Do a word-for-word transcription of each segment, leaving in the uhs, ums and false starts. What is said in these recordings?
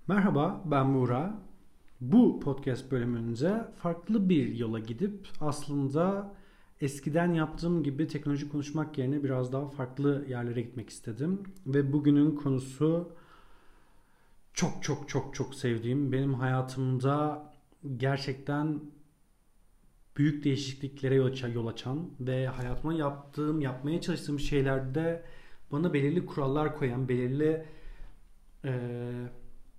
Merhaba, ben Buğra. Bu podcast bölümünde farklı bir yola gidip aslında eskiden yaptığım gibi teknoloji konuşmak yerine biraz daha farklı yerlere gitmek istedim. Ve bugünün konusu çok çok çok çok sevdiğim, benim hayatımda gerçekten büyük değişikliklere yol açan ve hayatıma yaptığım, yapmaya çalıştığım şeylerde bana belirli kurallar koyan, belirli eee,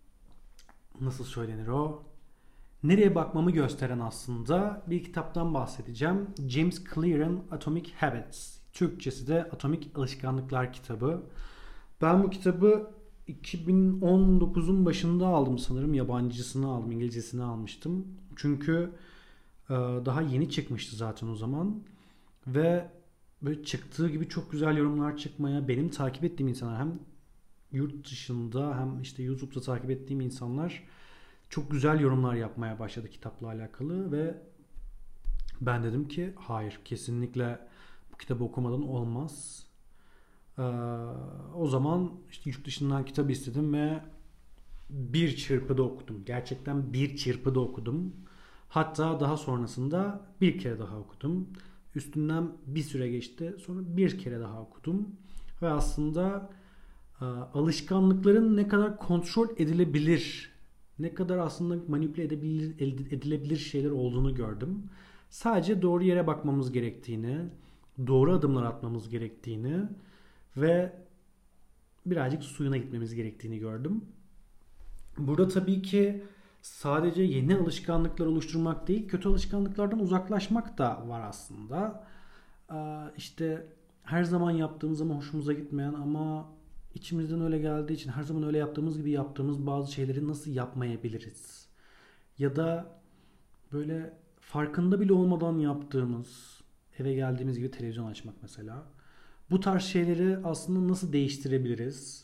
nasıl söylenir o? Nereye bakmamı gösteren aslında bir kitaptan bahsedeceğim. James Clear'ın Atomic Habits. Türkçesi de Atomik Alışkanlıklar kitabı. Ben bu kitabı iki bin on dokuzun başında aldım sanırım. Yabancısını aldım, İngilizcesini almıştım. Çünkü e, daha yeni çıkmıştı zaten o zaman. Ve böyle çıktığı gibi çok güzel yorumlar çıkmaya, benim takip ettiğim insanlar hem yurt dışında hem işte YouTube'da takip ettiğim insanlar çok güzel yorumlar yapmaya başladı kitapla alakalı ve ben dedim ki hayır, kesinlikle bu kitabı okumadan olmaz. Ee, O zaman işte yurt dışından kitap istedim ve bir çırpıda okudum. Gerçekten bir çırpıda okudum. Hatta daha sonrasında bir kere daha okudum. Üstünden bir süre geçti. Sonra bir kere daha okudum. Ve aslında e, alışkanlıkların ne kadar kontrol edilebilir, ne kadar aslında manipüle edebilir, edilebilir şeyler olduğunu gördüm. Sadece doğru yere bakmamız gerektiğini, doğru adımlar atmamız gerektiğini ve birazcık suyuna gitmemiz gerektiğini gördüm. Burada tabii ki sadece yeni alışkanlıklar oluşturmak değil, kötü alışkanlıklardan uzaklaşmak da var aslında. Ee, işte her zaman yaptığımız ama hoşumuza gitmeyen ama içimizden öyle geldiği için her zaman öyle yaptığımız gibi yaptığımız bazı şeyleri nasıl yapmayabiliriz? Ya da böyle farkında bile olmadan yaptığımız, eve geldiğimiz gibi televizyon açmak mesela. Bu tarz şeyleri aslında nasıl değiştirebiliriz?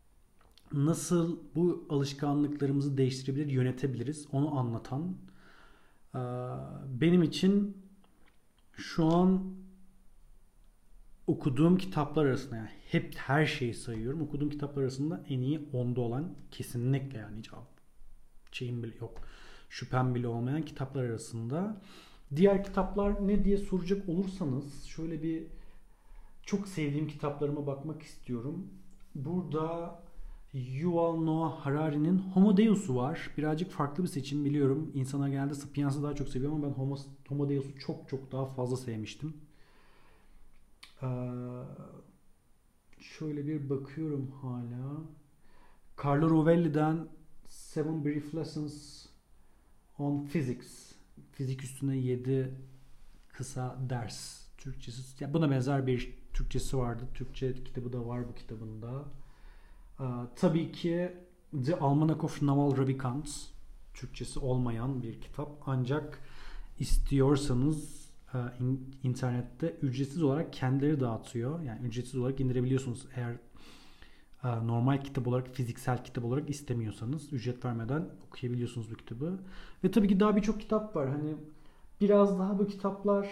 Nasıl bu alışkanlıklarımızı değiştirebilir, yönetebiliriz? Onu anlatan. Benim için şu an okuduğum kitaplar arasında, yani hep her şeyi sayıyorum. Okuduğum kitaplar arasında en iyi onda olan, kesinlikle, yani hiç şeyim bile yok, şüphem bile olmayan kitaplar arasında. Diğer kitaplar ne diye soracak olursanız şöyle bir çok sevdiğim kitaplarıma bakmak istiyorum. Burada Yuval Noah Harari'nin Homo Deus'u var. Birazcık farklı bir seçim biliyorum. İnsanlar genelde Sapiens'i daha çok seviyor ama ben Homo, Homo Deus'u çok çok daha fazla sevmiştim. Ee, Şöyle bir bakıyorum hala. Carlo Rovelli'den Seven Brief Lessons on Physics. Fizik üstüne yedi kısa ders. Türkçesi. Ya buna benzer bir Türkçesi vardı. Türkçe kitabı da var bu kitabında. Ee, tabii ki The Almanac of Naval Ravikant. Türkçesi olmayan bir kitap. Ancak istiyorsanız internette ücretsiz olarak kendileri dağıtıyor. Yani ücretsiz olarak indirebiliyorsunuz eğer normal kitap olarak, fiziksel kitap olarak istemiyorsanız ücret vermeden okuyabiliyorsunuz bu kitabı. Ve tabii ki daha birçok kitap var. Hani biraz daha bu kitaplar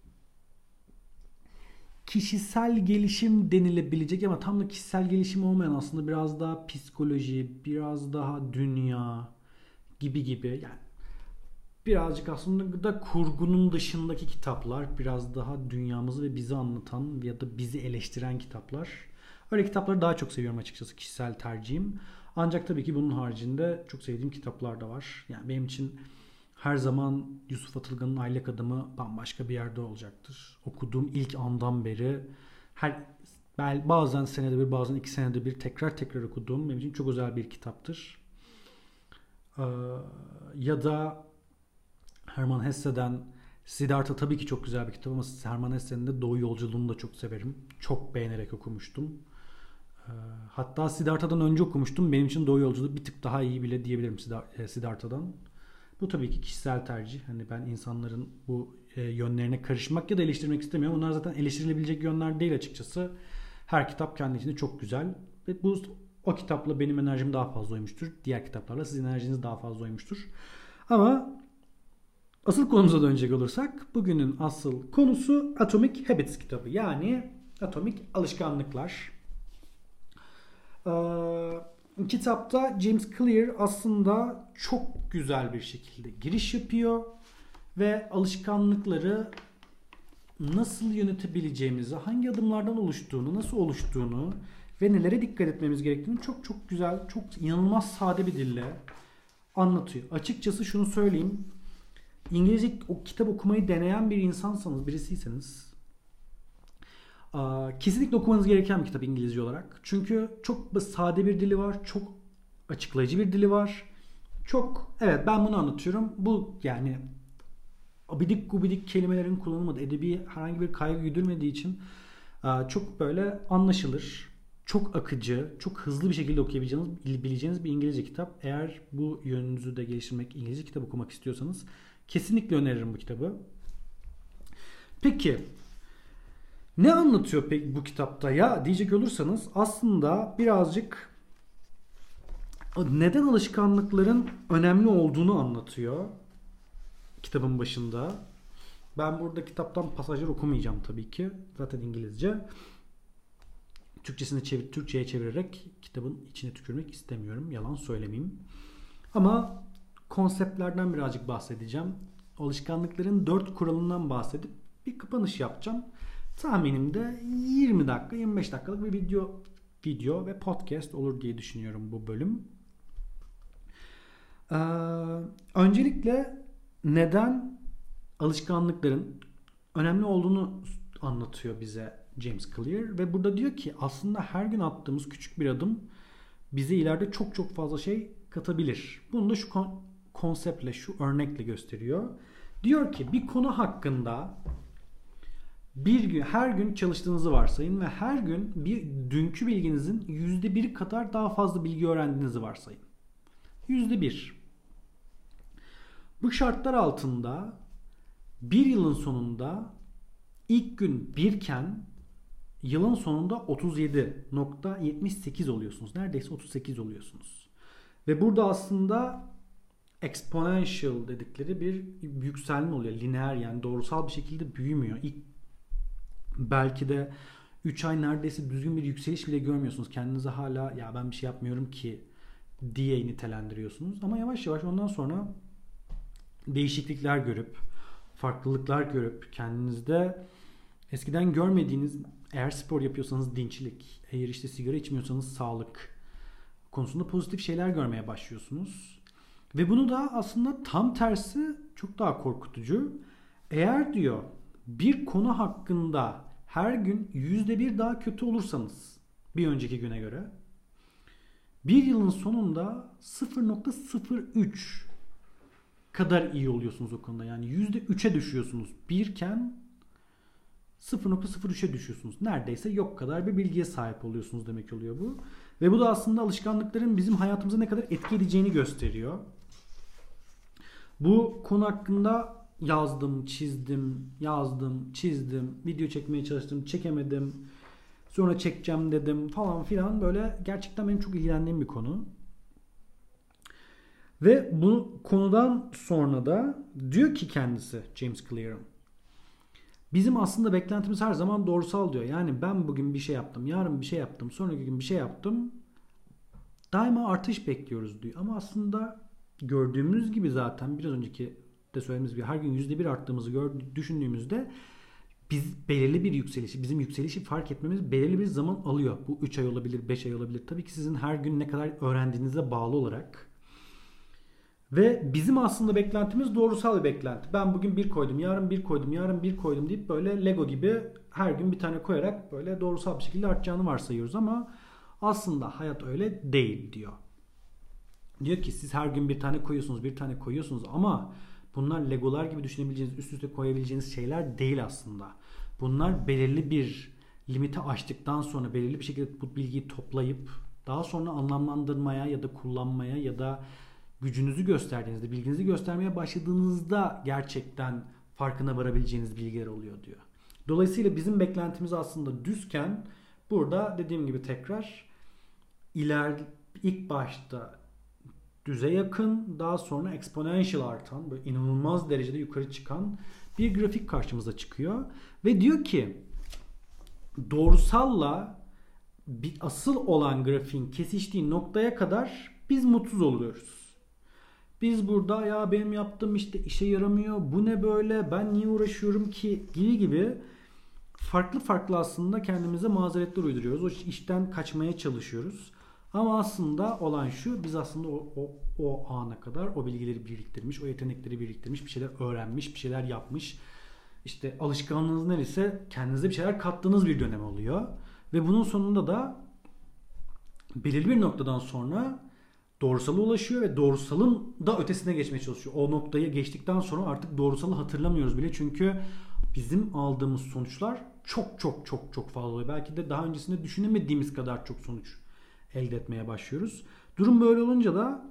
kişisel gelişim denilebilecek ama tam da kişisel gelişim olmayan, aslında biraz daha psikoloji, biraz daha dünya gibi gibi. Yani birazcık aslında da kurgunun dışındaki kitaplar, biraz daha dünyamızı ve bizi anlatan ya da bizi eleştiren kitaplar. Öyle kitapları daha çok seviyorum açıkçası, kişisel tercihim. Ancak tabii ki bunun haricinde çok sevdiğim kitaplar da var. Yani benim için her zaman Yusuf Atılgan'ın Aylak Adamı bambaşka bir yerde olacaktır. Okuduğum ilk andan beri her bazen senede bir, bazen iki senede bir tekrar tekrar okuduğum, benim için çok özel bir kitaptır. Ee, ya da Hermann Hesse'den Siddhartha tabii ki çok güzel bir kitap ama Hermann Hesse'nin de Doğu Yolculuğunu da çok severim. Çok beğenerek okumuştum. Hatta Siddhartha'dan önce okumuştum. Benim için Doğu Yolculuğu bir tık daha iyi bile diyebilirim Siddhartha'dan. Bu tabii ki kişisel tercih. Hani ben insanların bu yönlerine karışmak ya da eleştirmek istemiyorum. Bunlar zaten eleştirilebilecek yönler değil açıkçası. Her kitap kendi içinde çok güzel. Ve bu o kitapla benim enerjim daha fazla uymuştur. Diğer kitaplarla sizin enerjiniz daha fazla uymuştur. Ama asıl konumuza dönecek olursak bugünün asıl konusu Atomic Habits kitabı. Yani atomik alışkanlıklar. Ee, kitapta James Clear aslında çok güzel bir şekilde giriş yapıyor ve alışkanlıkları nasıl yönetebileceğimizi, hangi adımlardan oluştuğunu, nasıl oluştuğunu ve nelere dikkat etmemiz gerektiğini çok çok güzel, çok inanılmaz sade bir dille anlatıyor. Açıkçası şunu söyleyeyim. İngilizce o kitap okumayı deneyen bir insansanız, birisiyseniz kesinlikle okumanız gereken bir kitap İngilizce olarak. Çünkü çok sade bir dili var, çok açıklayıcı bir dili var. Çok, evet ben bunu anlatıyorum. Bu yani abidik gubidik kelimelerin kullanılmadığı, edebi herhangi bir kaygı güdülmediği için çok böyle anlaşılır. Çok akıcı, çok hızlı bir şekilde okuyabileceğiniz bileceğiniz bir İngilizce kitap. Eğer bu yönünüzü de geliştirmek, İngilizce kitap okumak istiyorsanız kesinlikle öneririm bu kitabı. Peki ne anlatıyor peki bu kitapta ya diyecek olursanız, aslında birazcık neden alışkanlıkların önemli olduğunu anlatıyor kitabın başında. Ben burada kitaptan pasajlar okumayacağım tabii ki. Zaten İngilizce. Türkçesini çevir, Türkçe'ye çevirerek kitabın içine tükürmek istemiyorum. Yalan söylemeyeyim. Ama konseptlerden birazcık bahsedeceğim. Alışkanlıkların dört kuralından bahsedip bir kapanış yapacağım. Tahminimde yirmi dakika, yirmi beş dakikalık bir video video ve podcast olur diye düşünüyorum bu bölüm. Ee, öncelikle neden alışkanlıkların önemli olduğunu anlatıyor bize James Clear ve burada diyor ki aslında her gün attığımız küçük bir adım bize ileride çok çok fazla şey katabilir. Bunu da şu kon- konseptle, şu örnekle gösteriyor. Diyor ki bir konu hakkında bir gün, her gün çalıştığınızı varsayın ve her gün bir dünkü bilginizin yüzde bir kadar daha fazla bilgi öğrendiğinizi varsayın. Yüzde bir. Bu şartlar altında bir yılın sonunda ilk gün birken yılın sonunda otuz yedi nokta yetmiş sekiz oluyorsunuz. Neredeyse otuz sekiz oluyorsunuz. Ve burada aslında exponential dedikleri bir yükselme oluyor. Lineer, yani doğrusal bir şekilde büyümüyor. İlk belki de üç ay neredeyse düzgün bir yükseliş bile görmüyorsunuz. Kendinize hala ya ben bir şey yapmıyorum ki diye nitelendiriyorsunuz. Ama yavaş yavaş ondan sonra değişiklikler görüp, farklılıklar görüp, kendinizde eskiden görmediğiniz, eğer spor yapıyorsanız dinçlik, eğer işte sigara içmiyorsanız sağlık konusunda pozitif şeyler görmeye başlıyorsunuz. Ve bunu da aslında tam tersi çok daha korkutucu. Eğer diyor bir konu hakkında her gün yüzde bir daha kötü olursanız bir önceki güne göre bir yılın sonunda sıfır nokta sıfır üç kadar iyi oluyorsunuz o konuda. Yani yüzde üçe düşüyorsunuz. Birken sıfır nokta sıfır üçe düşüyorsunuz. Neredeyse yok kadar bir bilgiye sahip oluyorsunuz demek oluyor bu. Ve bu da aslında alışkanlıkların bizim hayatımıza ne kadar etki edeceğini gösteriyor. Bu konu hakkında yazdım, çizdim, yazdım, çizdim, video çekmeye çalıştım, çekemedim. Sonra çekeceğim dedim falan filan, böyle gerçekten benim çok ilgilendiğim bir konu. Ve bu konudan sonra da diyor ki kendisi James Clear'ın, bizim aslında beklentimiz her zaman doğrusal diyor. Yani ben bugün bir şey yaptım, yarın bir şey yaptım, sonraki gün bir şey yaptım. Daima artış bekliyoruz diyor. Ama aslında gördüğümüz gibi zaten biraz önceki de söylediğimiz gibi her gün yüzde bir arttığımızı gördü, düşündüğümüzde biz belirli bir yükselişi, bizim yükselişi fark etmemiz belirli bir zaman alıyor. Bu üç ay olabilir, beş ay olabilir. Tabii ki sizin her gün ne kadar öğrendiğinize bağlı olarak. Ve bizim aslında beklentimiz doğrusal bir beklenti. Ben bugün bir koydum, yarın bir koydum, yarın bir koydum deyip böyle Lego gibi her gün bir tane koyarak böyle doğrusal bir şekilde artacağını varsayıyoruz ama aslında hayat öyle değil diyor. Diyor ki siz her gün bir tane koyuyorsunuz, bir tane koyuyorsunuz ama bunlar Legolar gibi düşünebileceğiniz, üst üste koyabileceğiniz şeyler değil aslında. Bunlar belirli bir limiti aştıktan sonra belirli bir şekilde bu bilgiyi toplayıp daha sonra anlamlandırmaya ya da kullanmaya ya da gücünüzü gösterdiğinizde, bilginizi göstermeye başladığınızda gerçekten farkına varabileceğiniz bilgiler oluyor diyor. Dolayısıyla bizim beklentimiz aslında düzken burada dediğim gibi tekrar iler ilk başta düze yakın, daha sonra exponential artan, böyle inanılmaz derecede yukarı çıkan bir grafik karşımıza çıkıyor ve diyor ki doğrusalla bir asıl olan grafiğin kesiştiği noktaya kadar biz mutsuz oluyoruz. Biz burada ya benim yaptığım işte işe yaramıyor, bu ne böyle, ben niye uğraşıyorum ki gibi gibi farklı farklı aslında kendimize mazeretler uyduruyoruz. O işten kaçmaya çalışıyoruz. Ama aslında olan şu, biz aslında o, o, o ana kadar o bilgileri biriktirmiş, o yetenekleri biriktirmiş, bir şeyler öğrenmiş, bir şeyler yapmış. İşte alışkanlığınız neyse kendinize bir şeyler kattığınız bir dönem oluyor. Ve bunun sonunda da belirli bir noktadan sonra doğrusala ulaşıyor ve doğrusalın da ötesine geçmeye çalışıyor. O noktayı geçtikten sonra artık doğrusalı hatırlamıyoruz bile. Çünkü bizim aldığımız sonuçlar çok çok çok çok fazla oluyor. Belki de daha öncesinde düşünemediğimiz kadar çok sonuç elde etmeye başlıyoruz. Durum böyle olunca da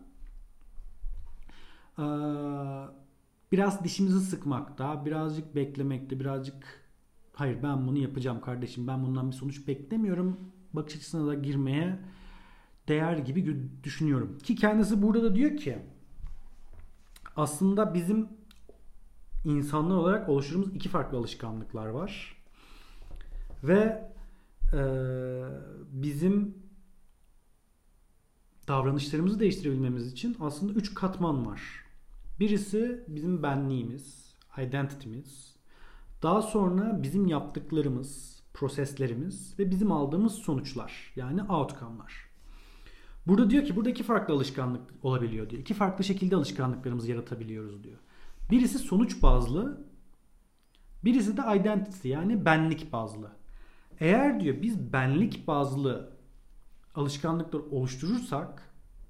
biraz dişimizi sıkmakta, birazcık beklemekte, birazcık hayır ben bunu yapacağım kardeşim, ben bundan bir sonuç beklemiyorum bakış açısına da girmeye değer gibi düşünüyorum. Ki kendisi burada da diyor ki aslında bizim insanlar olarak oluşturduğumuz iki farklı alışkanlıklar var. Ve e, bizim davranışlarımızı değiştirebilmemiz için aslında üç katman var. Birisi bizim benliğimiz, identity'miz. Daha sonra bizim yaptıklarımız, proseslerimiz ve bizim aldığımız sonuçlar, yani outcome'lar. Burada diyor ki burada iki farklı alışkanlık olabiliyor diyor. İki farklı şekilde alışkanlıklarımızı yaratabiliyoruz diyor. Birisi sonuç bazlı, birisi de identity, yani benlik bazlı. Eğer diyor biz benlik bazlı alışkanlıklar oluşturursak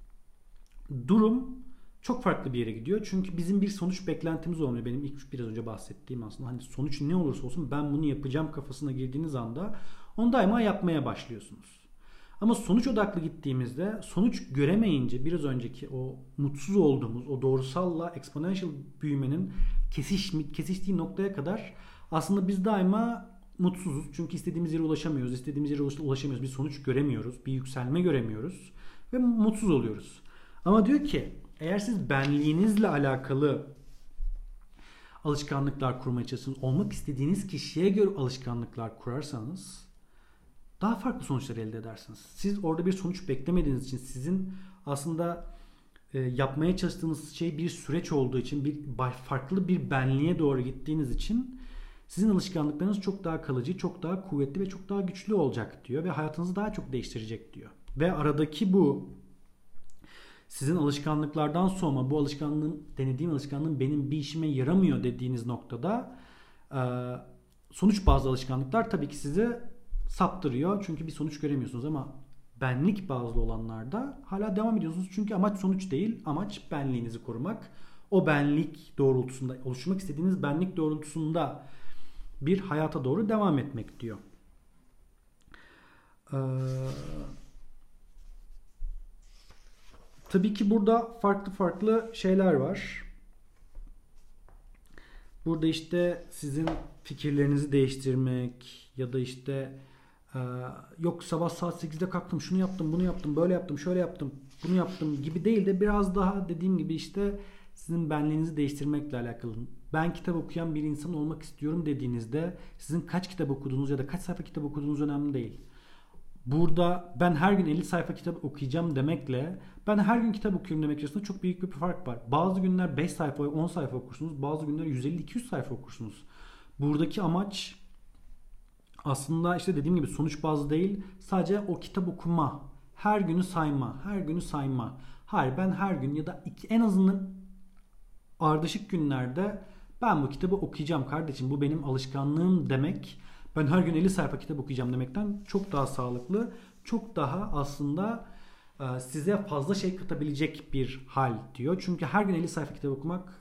durum çok farklı bir yere gidiyor. Çünkü bizim bir sonuç beklentimiz olmuyor. Benim ilk biraz önce bahsettiğim aslında hani sonuç ne olursa olsun ben bunu yapacağım kafasına girdiğiniz anda onu daima yapmaya başlıyorsunuz. Ama sonuç odaklı gittiğimizde sonuç göremeyince biraz önceki o mutsuz olduğumuz o doğrusalla exponential büyümenin kesiş, kesiştiği noktaya kadar aslında biz daima mutsuzuz. Çünkü istediğimiz yere ulaşamıyoruz. İstediğimiz yere ulaşamıyoruz. Bir sonuç göremiyoruz. Bir yükselme göremiyoruz. Ve mutsuz oluyoruz. Ama diyor ki eğer siz benliğinizle alakalı alışkanlıklar kurmaya çalışıyorsunuz, olmak istediğiniz kişiye göre alışkanlıklar kurarsanız daha farklı sonuçlar elde edersiniz. Siz orada bir sonuç beklemediğiniz için, sizin aslında e, yapmaya çalıştığınız şey bir süreç olduğu için, bir farklı bir benliğe doğru gittiğiniz için sizin alışkanlıklarınız çok daha kalıcı, çok daha kuvvetli ve çok daha güçlü olacak diyor ve hayatınızı daha çok değiştirecek diyor. Ve aradaki bu sizin alışkanlıklardan sonra bu alışkanlığın, denediğim alışkanlığın benim bir işime yaramıyor dediğiniz noktada e, sonuç bazlı alışkanlıklar tabii ki sizi saptırıyor. Çünkü bir sonuç göremiyorsunuz ama benlik bazlı olanlarda hala devam ediyorsunuz. Çünkü amaç sonuç değil. Amaç benliğinizi korumak. O benlik doğrultusunda, oluşturmak istediğiniz benlik doğrultusunda bir hayata doğru devam etmek diyor. Ee, tabii ki burada farklı farklı şeyler var. Burada işte sizin fikirlerinizi değiştirmek ya da işte Ee, yok sabah saat sekizde kalktım, şunu yaptım, bunu yaptım, böyle yaptım, şöyle yaptım, bunu yaptım gibi değil de biraz daha dediğim gibi işte sizin benliğinizi değiştirmekle alakalı. Ben kitap okuyan bir insan olmak istiyorum dediğinizde sizin kaç kitap okuduğunuz ya da kaç sayfa kitap okuduğunuz önemli değil. Burada ben her gün elli sayfa kitap okuyacağım demekle ben her gün kitap okuyorum demek arasında çok büyük bir fark var. Bazı günler beş sayfa, on sayfa okursunuz, bazı günler yüz elli iki yüz sayfa okursunuz. Buradaki amaç aslında işte dediğim gibi sonuç bazlı değil, sadece o kitap okuma, her günü sayma, her günü sayma. Hayır, ben her gün ya da iki, en azından ardışık günlerde ben bu kitabı okuyacağım kardeşim, bu benim alışkanlığım demek. Ben her gün elli sayfa kitap okuyacağım demekten çok daha sağlıklı, çok daha aslında size fazla şey katabilecek bir hal diyor. Çünkü her gün elli sayfa kitap okumak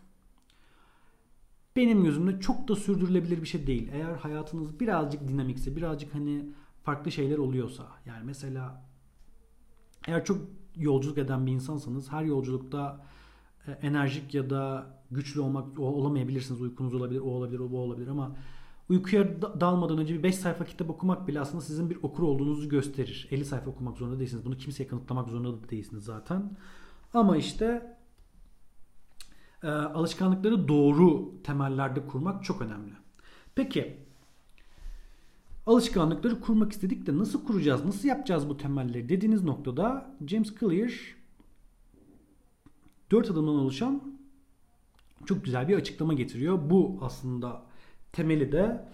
benim gözümde çok da sürdürülebilir bir şey değil. Eğer hayatınız birazcık dinamikse, birazcık hani farklı şeyler oluyorsa. Yani mesela eğer çok yolculuk eden bir insansanız her yolculukta enerjik ya da güçlü olmak olamayabilirsiniz. Uykunuz olabilir, o olabilir, o bu olabilir ama uykuya dalmadan önce bir beş sayfa kitap okumak bile aslında sizin bir okur olduğunuzu gösterir. elli sayfa okumak zorunda değilsiniz. Bunu kimseye kanıtlamak zorunda da değilsiniz zaten. Ama işte e, alışkanlıkları doğru temellerde kurmak çok önemli. Peki alışkanlıkları kurmak istedik de nasıl kuracağız, nasıl yapacağız bu temelleri dediğiniz noktada James Clear dört adımdan oluşan çok güzel bir açıklama getiriyor. Bu aslında temeli de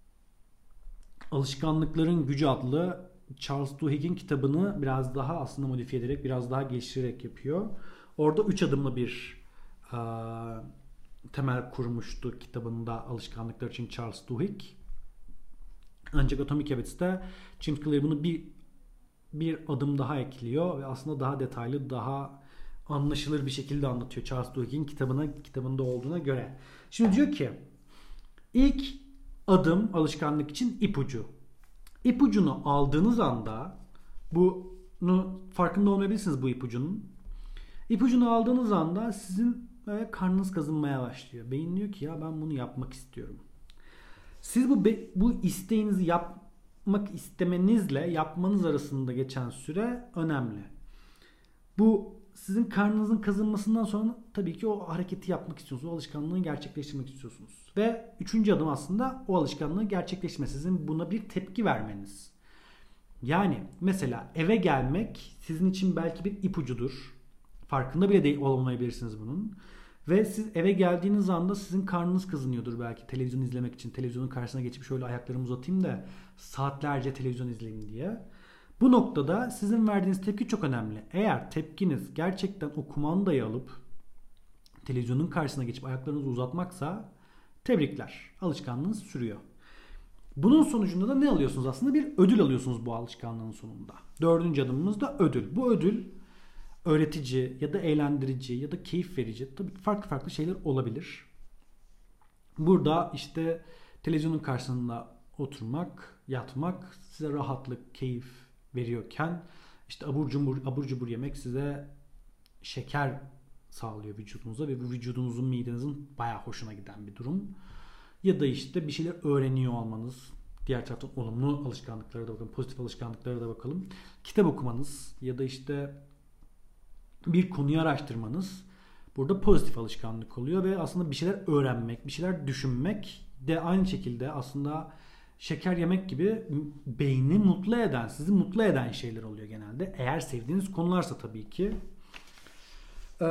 Alışkanlıkların Gücü adlı Charles Duhigg'in kitabını biraz daha aslında modifiye ederek, biraz daha geliştirerek yapıyor. Orada üç adımlı bir e, temel kurmuştu kitabında alışkanlıklar için Charles Duhigg. Ancak Atomic Habits'te James Clear bunu bir bir adım daha ekliyor ve aslında daha detaylı, daha anlaşılır bir şekilde anlatıyor Charles Duhigg'in kitabına, kitabında olduğuna göre. Şimdi diyor ki ilk adım alışkanlık için ipucu. İpucunu aldığınız anda bunu farkında olmayabilirsiniz bu ipucunun. İpucunu aldığınız anda sizin böyle karnınız kazınmaya başlıyor. Beyin diyor ki ya ben bunu yapmak istiyorum. Siz bu bu isteğinizi yapmak istemenizle yapmanız arasında geçen süre önemli. Bu sizin karnınızın kazınmasından sonra tabii ki o hareketi yapmak istiyorsunuz. O alışkanlığı gerçekleştirmek istiyorsunuz. Ve üçüncü adım aslında o alışkanlığı gerçekleştirme. Sizin buna bir tepki vermeniz. Yani mesela eve gelmek sizin için belki bir ipucudur. Farkında bile değil olmayabilirsiniz bunun. Ve siz eve geldiğiniz anda sizin karnınız kazınıyordur belki televizyon izlemek için. Televizyonun karşısına geçip şöyle ayaklarımı uzatayım da saatlerce televizyon izleyeyim diye. Bu noktada sizin verdiğiniz tepki çok önemli. Eğer tepkiniz gerçekten o kumandayı alıp televizyonun karşısına geçip ayaklarınızı uzatmaksa tebrikler. Alışkanlığınız sürüyor. Bunun sonucunda da ne alıyorsunuz aslında? Bir ödül alıyorsunuz bu alışkanlığın sonunda. Dördüncü adımımız da ödül. Bu ödül öğretici ya da eğlendirici ya da keyif verici. Tabii farklı farklı şeyler olabilir. Burada işte televizyonun karşısında oturmak, yatmak size rahatlık, keyif veriyorken işte abur cubur, abur cubur yemek size şeker sağlıyor vücudunuza ve bu vücudunuzun, midenizin bayağı hoşuna giden bir durum. Ya da işte bir şeyler öğreniyor olmanız. Diğer taraftan olumlu alışkanlıklara da bakalım, pozitif alışkanlıklara da bakalım. Kitap okumanız ya da işte bir konuyu araştırmanız burada pozitif alışkanlık oluyor ve aslında bir şeyler öğrenmek, bir şeyler düşünmek de aynı şekilde aslında şeker yemek gibi beyni mutlu eden, sizi mutlu eden şeyler oluyor genelde. Eğer sevdiğiniz konularsa tabii ki. Ee,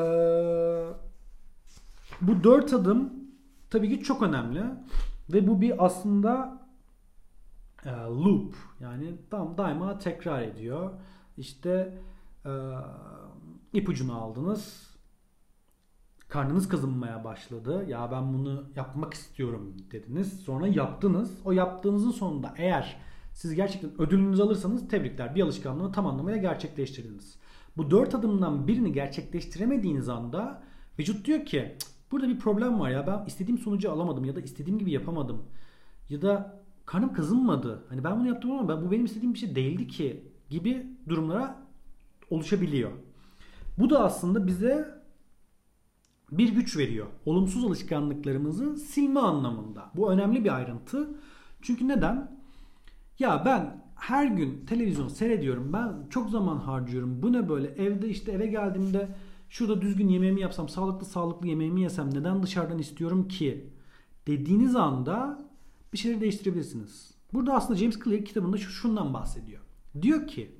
bu dört adım tabii ki çok önemli ve bu bir aslında e, loop, yani tam daima tekrar ediyor. İşte e, ipucunu aldınız, karnınız kazınmaya başladı. Ya ben bunu yapmak istiyorum dediniz. Sonra yaptınız. O yaptığınızın sonunda eğer siz gerçekten ödülünüzü alırsanız tebrikler. Bir alışkanlığı tam anlamıyla gerçekleştirdiniz. Bu dört adımdan birini gerçekleştiremediğiniz anda vücut diyor ki burada bir problem var ya, ben istediğim sonucu alamadım ya da istediğim gibi yapamadım. Ya da karnım kazınmadı. Hani ben bunu yaptım ama ben, bu benim istediğim bir şey değildi ki gibi durumlara oluşabiliyor. Bu da aslında bize bir güç veriyor. Olumsuz alışkanlıklarımızı silme anlamında. Bu önemli bir ayrıntı. Çünkü neden? Ya ben her gün televizyon seyrediyorum. Ben çok zaman harcıyorum. Bu ne böyle? Evde işte eve geldiğimde şurada düzgün yemeğimi yapsam, sağlıklı sağlıklı yemeğimi yesem neden dışarıdan istiyorum ki? Dediğiniz anda bir şeyleri değiştirebilirsiniz. Burada aslında James Clear kitabında şundan bahsediyor. Diyor ki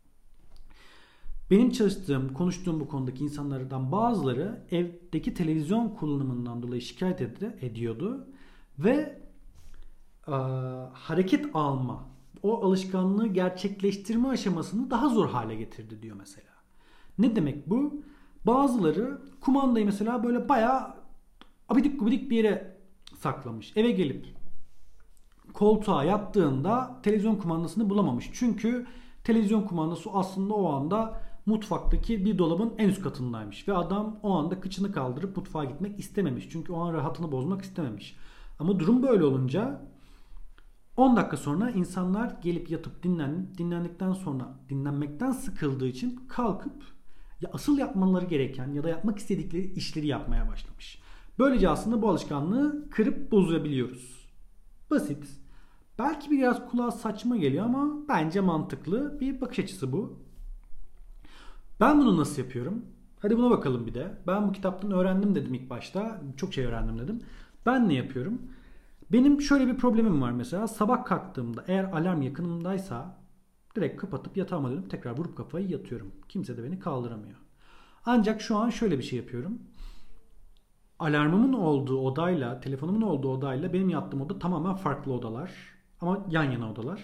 benim çalıştığım, konuştuğum bu konudaki insanlardan bazıları evdeki televizyon kullanımından dolayı şikayet ediyordu ve e, hareket alma, o alışkanlığı gerçekleştirme aşamasını daha zor hale getirdi diyor mesela. Ne demek bu? Bazıları kumandayı mesela böyle bayağı abidik gubidik bir yere saklamış. Eve gelip koltuğa yattığında televizyon kumandasını bulamamış. Çünkü televizyon kumandası aslında o anda mutfaktaki bir dolabın en üst katındaymış. Ve adam o anda kıçını kaldırıp mutfağa gitmek istememiş. Çünkü o an rahatını bozmak istememiş. Ama durum böyle olunca on dakika sonra insanlar gelip yatıp dinlen, dinlendikten sonra dinlenmekten sıkıldığı için kalkıp ya asıl yapmaları gereken ya da yapmak istedikleri işleri yapmaya başlamış. Böylece aslında bu alışkanlığı kırıp bozabiliyoruz. Basit. Belki biraz kulağa saçma geliyor ama bence mantıklı bir bakış açısı bu. Ben bunu nasıl yapıyorum? Hadi buna bakalım bir de. Ben bu kitaptan öğrendim dedim ilk başta. Çok şey öğrendim dedim. Ben ne yapıyorum? Benim şöyle bir problemim var mesela. Sabah kalktığımda eğer alarm yakınımdaysa direkt kapatıp yatağıma dönüp tekrar vurup kafayı yatıyorum. Kimse de beni kaldıramıyor. Ancak şu an şöyle bir şey yapıyorum. Alarmımın olduğu odayla, telefonumun olduğu odayla benim yattığım oda tamamen farklı odalar. Ama yan yana odalar.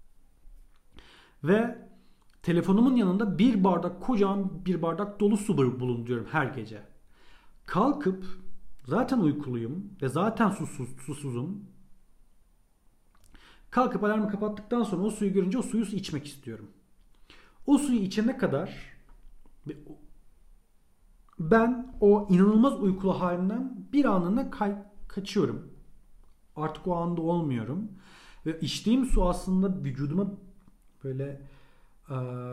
Ve telefonumun yanında bir bardak, kocaman bir bardak dolu su bulunduruyorum her gece. Kalkıp zaten uykuluyum ve zaten susuz, susuzum. Kalkıp alarmı kapattıktan sonra o suyu görünce o suyu içmek istiyorum. O suyu içene kadar ben o inanılmaz uykulu halimden bir anına kay- kaçıyorum. Artık o anda olmuyorum. Ve içtiğim su aslında vücuduma böyle e,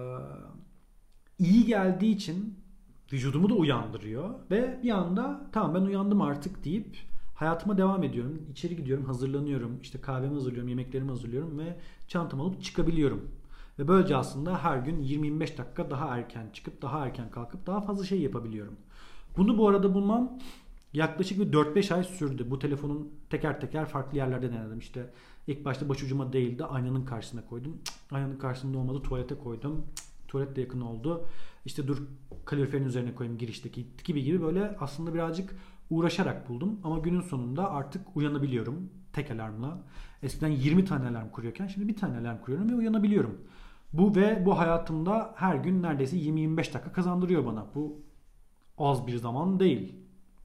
iyi geldiği için vücudumu da uyandırıyor. Ve bir anda tamam ben uyandım artık deyip hayatıma devam ediyorum. İçeri gidiyorum, hazırlanıyorum. İşte kahvemi hazırlıyorum, yemeklerimi hazırlıyorum ve çantamı alıp çıkabiliyorum. Ve böylece aslında her gün yirmi yirmi beş dakika daha erken çıkıp daha erken kalkıp daha fazla şey yapabiliyorum. Bunu bu arada bulmam yaklaşık bir dört beş ay sürdü. Bu telefonun teker teker farklı yerlerde denedim. İşte ilk başta başucuma değil de aynanın karşısına koydum. Cık, aynanın karşısında olmadı, tuvalete koydum. Cık, tuvalet de yakın oldu. İşte dur kaloriferin üzerine koyayım girişteki gibi gibi böyle aslında birazcık uğraşarak buldum. Ama günün sonunda artık uyanabiliyorum tek alarmla. Eskiden yirmi tane alarm kuruyorken şimdi bir tane alarm kuruyorum ve uyanabiliyorum. Bu ve bu hayatımda her gün neredeyse yirmi yirmi beş dakika kazandırıyor bana. Bu az bir zaman değil.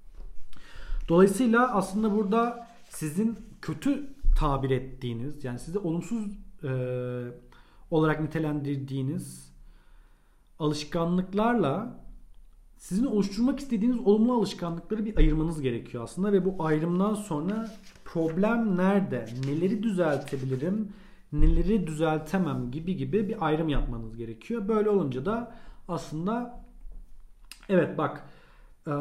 Dolayısıyla aslında burada sizin kötü tabir ettiğiniz, yani size olumsuz e, olarak nitelendirdiğiniz alışkanlıklarla sizin oluşturmak istediğiniz olumlu alışkanlıkları bir ayırmanız gerekiyor aslında ve bu ayrımdan sonra problem nerede, neleri düzeltebilirim, neleri düzeltemem gibi gibi bir ayrım yapmanız gerekiyor. Böyle olunca da aslında evet bak e,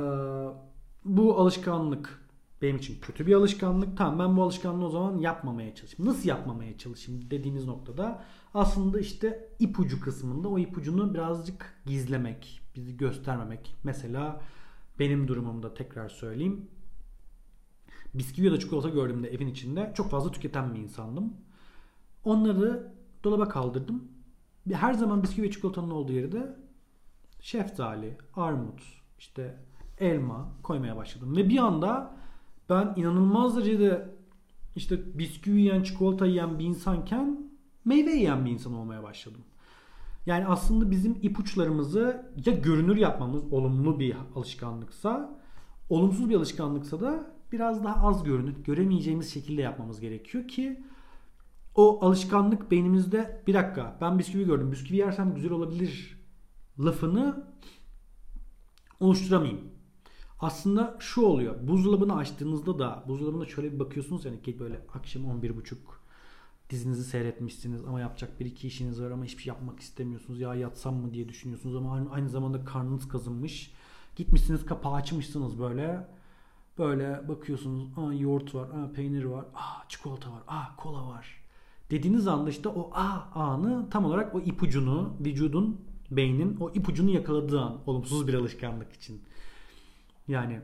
bu alışkanlık benim için kötü bir alışkanlık. Tamam ben bu alışkanlığı o zaman yapmamaya çalışayım. Nasıl yapmamaya çalışayım dediğiniz noktada aslında işte ipucu kısmında o ipucunu birazcık gizlemek, bizi göstermemek. Mesela benim durumumda tekrar söyleyeyim. Bisküvi ya da çikolata gördüğümde evin içinde çok fazla tüketen bir insandım. Onları dolaba kaldırdım. Her zaman bisküvi ve çikolatanın olduğu yere de şeftali, armut, işte elma koymaya başladım. Ve bir anda ben inanılmaz derecede işte bisküvi yiyen, çikolata yiyen bir insanken meyve yiyen bir insan olmaya başladım. Yani aslında bizim ipuçlarımızı ya görünür yapmamız olumlu bir alışkanlıksa, olumsuz bir alışkanlıksa da biraz daha az görünür, göremeyeceğimiz şekilde yapmamız gerekiyor ki o alışkanlık beynimizde bir dakika ben bisküvi gördüm, bisküvi yersem güzel olabilir lafını oluşturamayayım. Aslında şu oluyor. Buzdolabını açtığınızda da buzdolabına şöyle bir bakıyorsunuz yani ki böyle akşam on bir buçuk dizinizi seyretmişsiniz ama yapacak bir iki işiniz var ama hiçbir şey yapmak istemiyorsunuz. Ya yatsam mı diye düşünüyorsunuz ama aynı zamanda karnınız kazınmış. Gitmişsiniz kapağı açmışsınız böyle. Böyle bakıyorsunuz. Aa yoğurt var, aa peynir var, aa çikolata var, aa kola var. Dediğiniz anda işte o aa anı tam olarak o ipucunu vücudun, beynin o ipucunu yakaladığı an olumsuz bir alışkanlık için. Yani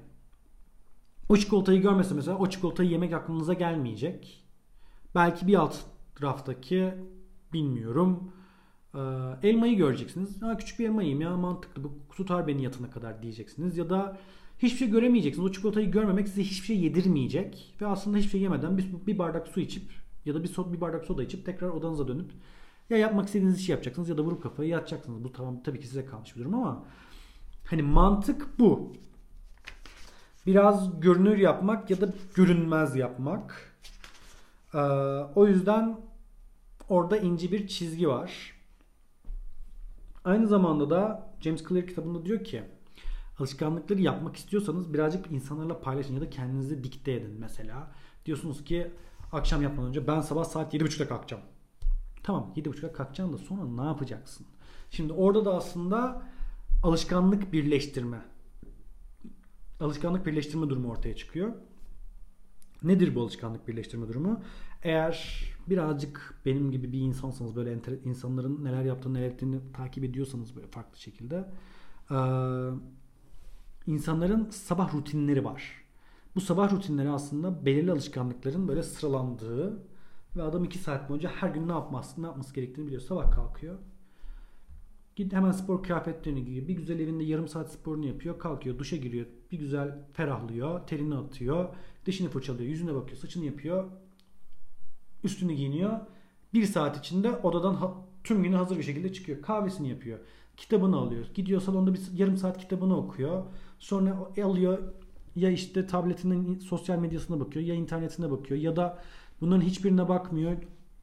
o çikolatayı görmese mesela o çikolatayı yemek aklınıza gelmeyecek. Belki bir alt raftaki bilmiyorum elmayı göreceksiniz. Ha, küçük bir elma yiyeyim ya mantıklı bu tutar beni yatana kadar diyeceksiniz. Ya da hiçbir şey göremeyeceksiniz. O çikolatayı görmemek size hiçbir şey yedirmeyecek. Ve aslında hiçbir şey yemeden bir, bir bardak su içip ya da bir, so bir bardak soda içip tekrar odanıza dönüp ya yapmak istediğiniz işi yapacaksınız ya da vurup kafayı yatacaksınız. Bu tamam tabii ki size kalmış bir durum ama hani mantık bu. Biraz görünür yapmak ya da görünmez yapmak. Ee, o yüzden orada ince bir çizgi var. Aynı zamanda da James Clear kitabında diyor ki alışkanlıkları yapmak istiyorsanız birazcık insanlarla paylaşın ya da kendinize dikte edin mesela. Diyorsunuz ki akşam yatmadan önce ben sabah saat yedi buçukta kalkacağım. Tamam yedi buçukta kalkacaksın da sonra ne yapacaksın? Şimdi orada da aslında alışkanlık birleştirme alışkanlık birleştirme durumu ortaya çıkıyor. Nedir bu alışkanlık birleştirme durumu? Eğer birazcık benim gibi bir insansanız böyle insanların neler yaptığını neler ettiğini takip ediyorsanız böyle farklı şekilde insanların sabah rutinleri var. Bu sabah rutinleri aslında belirli alışkanlıkların böyle sıralandığı ve adam iki saat boyunca her gün ne yapması, ne yapması gerektiğini biliyor. Sabah kalkıyor. Git hemen spor kıyafetlerini giyiyor. Bir güzel evinde yarım saat sporunu yapıyor. Kalkıyor, duşa giriyor. Bir güzel ferahlıyor. Terini atıyor. Dişini fırçalıyor. Yüzüne bakıyor. Saçını yapıyor. Üstünü giyiniyor. Bir saat içinde odadan ha- tüm günü hazır bir şekilde çıkıyor. Kahvesini yapıyor. Kitabını alıyor. Gidiyor salonda bir yarım saat kitabını okuyor. Sonra alıyor ya işte tabletinin sosyal medyasına bakıyor ya internetine bakıyor ya da bunların hiçbirine bakmıyor.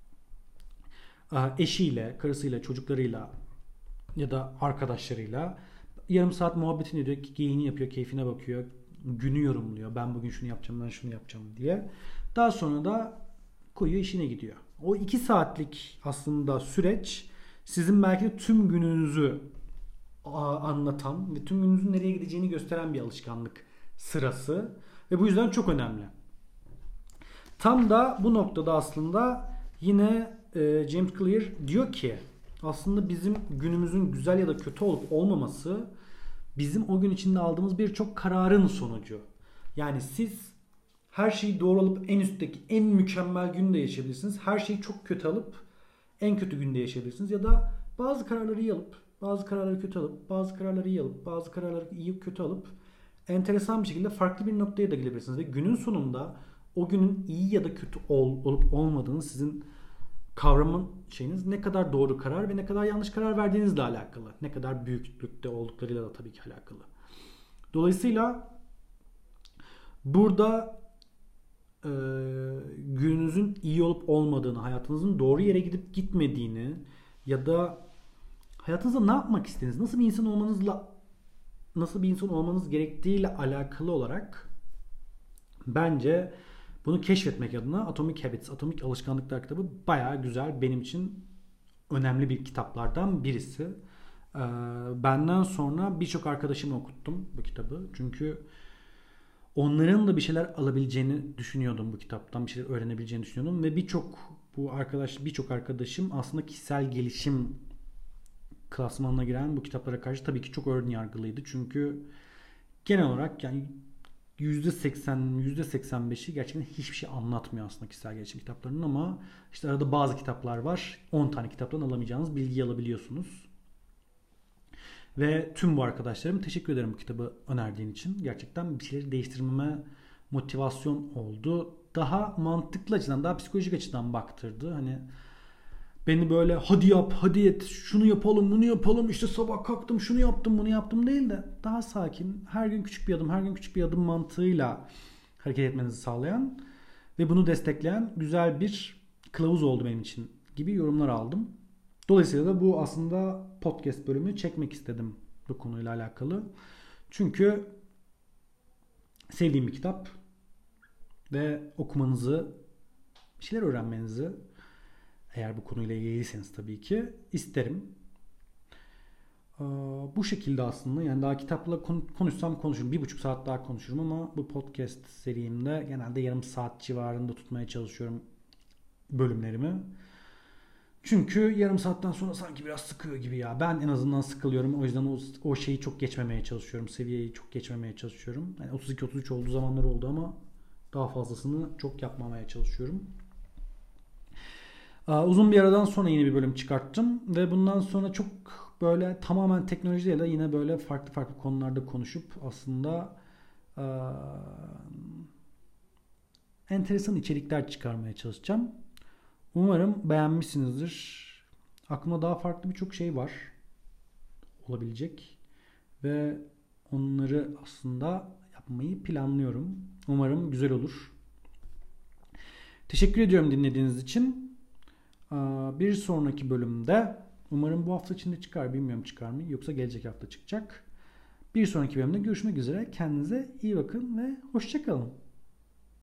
Eşiyle, karısıyla, çocuklarıyla ya da arkadaşlarıyla yarım saat muhabbetini ediyor, geyini yapıyor, keyfine bakıyor, günü yorumluyor. Ben bugün şunu yapacağım, ben şunu yapacağım diye. Daha sonra da koyuyor işine gidiyor. O iki saatlik aslında süreç sizin belki de tüm gününüzü anlatan ve tüm gününüzün nereye gideceğini gösteren bir alışkanlık sırası ve bu yüzden çok önemli. Tam da bu noktada aslında yine e, James Clear diyor ki aslında bizim günümüzün güzel ya da kötü olup olmaması bizim o gün içinde aldığımız birçok kararın sonucu. Yani siz her şeyi doğru alıp en üstteki en mükemmel günde yaşayabilirsiniz. Her şeyi çok kötü alıp en kötü günde yaşayabilirsiniz. Ya da bazı kararları iyi alıp, bazı kararları kötü alıp, bazı kararları iyi alıp, bazı kararları iyi kötü alıp enteresan bir şekilde farklı bir noktaya da gelebilirsiniz. Ve günün sonunda o günün iyi ya da kötü ol, olup olmadığını sizin kavramın şeyiniz ne kadar doğru karar ve ne kadar yanlış karar verdiğinizle alakalı. Ne kadar büyüklükte olduklarıyla da tabii ki alakalı. Dolayısıyla burada e, gününüzün iyi olup olmadığını, hayatınızın doğru yere gidip gitmediğini ya da hayatınızda ne yapmak istediğiniz, nasıl bir insan olmanızla nasıl bir insan olmanız gerektiğiyle alakalı olarak bence bunu keşfetmek adına Atomic Habits, Atomik Alışkanlıklar kitabı bayağı güzel. Benim için önemli bir kitaplardan birisi. Ee, benden sonra birçok arkadaşıma okuttum bu kitabı. Çünkü onların da bir şeyler alabileceğini düşünüyordum bu kitaptan. Bir şeyler öğrenebileceğini düşünüyordum. Ve birçok bu arkadaş, birçok arkadaşım aslında kişisel gelişim klasmanına giren bu kitaplara karşı tabii ki çok ön yargılıydı. Çünkü genel olarak yani yüzde seksen, yüzde seksen beşi gerçekten hiçbir şey anlatmıyor aslında kişisel gelişim kitaplarının ama işte arada bazı kitaplar var. on tane kitaptan alamayacağınız bilgiyi alabiliyorsunuz. Ve tüm bu arkadaşlarım teşekkür ederim bu kitabı önerdiğin için. Gerçekten bir şeyleri değiştirmeme motivasyon oldu. Daha mantıklı açıdan, daha psikolojik açıdan baktırdı. Hani beni böyle hadi yap, hadi et, şunu yapalım, bunu yapalım, işte sabah kalktım, şunu yaptım, bunu yaptım değil de daha sakin, her gün küçük bir adım, her gün küçük bir adım mantığıyla hareket etmenizi sağlayan ve bunu destekleyen güzel bir kılavuz oldu benim için gibi yorumlar aldım. Dolayısıyla da bu aslında podcast bölümü çekmek istedim bu konuyla alakalı. Çünkü sevdiğim bir kitap ve okumanızı, bir şeyler öğrenmenizi eğer bu konuyla ilgiliyseniz tabii ki isterim. Bu şekilde aslında yani daha kitapla konuşsam konuşurum. Bir buçuk saat daha konuşurum ama bu podcast serimde genelde yarım saat civarında tutmaya çalışıyorum bölümlerimi. Çünkü yarım saatten sonra sanki biraz sıkıyor gibi ya. Ben en azından sıkılıyorum. O yüzden o, o şeyi çok geçmemeye çalışıyorum. Seviyeyi çok geçmemeye çalışıyorum. Yani otuz iki otuz üç olduğu zamanlar oldu ama daha fazlasını çok yapmamaya çalışıyorum. Uzun bir aradan sonra yeni bir bölüm çıkarttım ve bundan sonra çok böyle tamamen teknolojiyle yine böyle farklı farklı konularda konuşup aslında e, enteresan içerikler çıkarmaya çalışacağım. Umarım beğenmişsinizdir. Aklımda daha farklı birçok şey var olabilecek ve onları aslında yapmayı planlıyorum. Umarım güzel olur. Teşekkür ediyorum dinlediğiniz için. Bir sonraki bölümde umarım bu hafta içinde çıkar. Bilmiyorum çıkar mı yoksa gelecek hafta çıkacak. Bir sonraki bölümde görüşmek üzere. Kendinize iyi bakın ve hoşça kalın.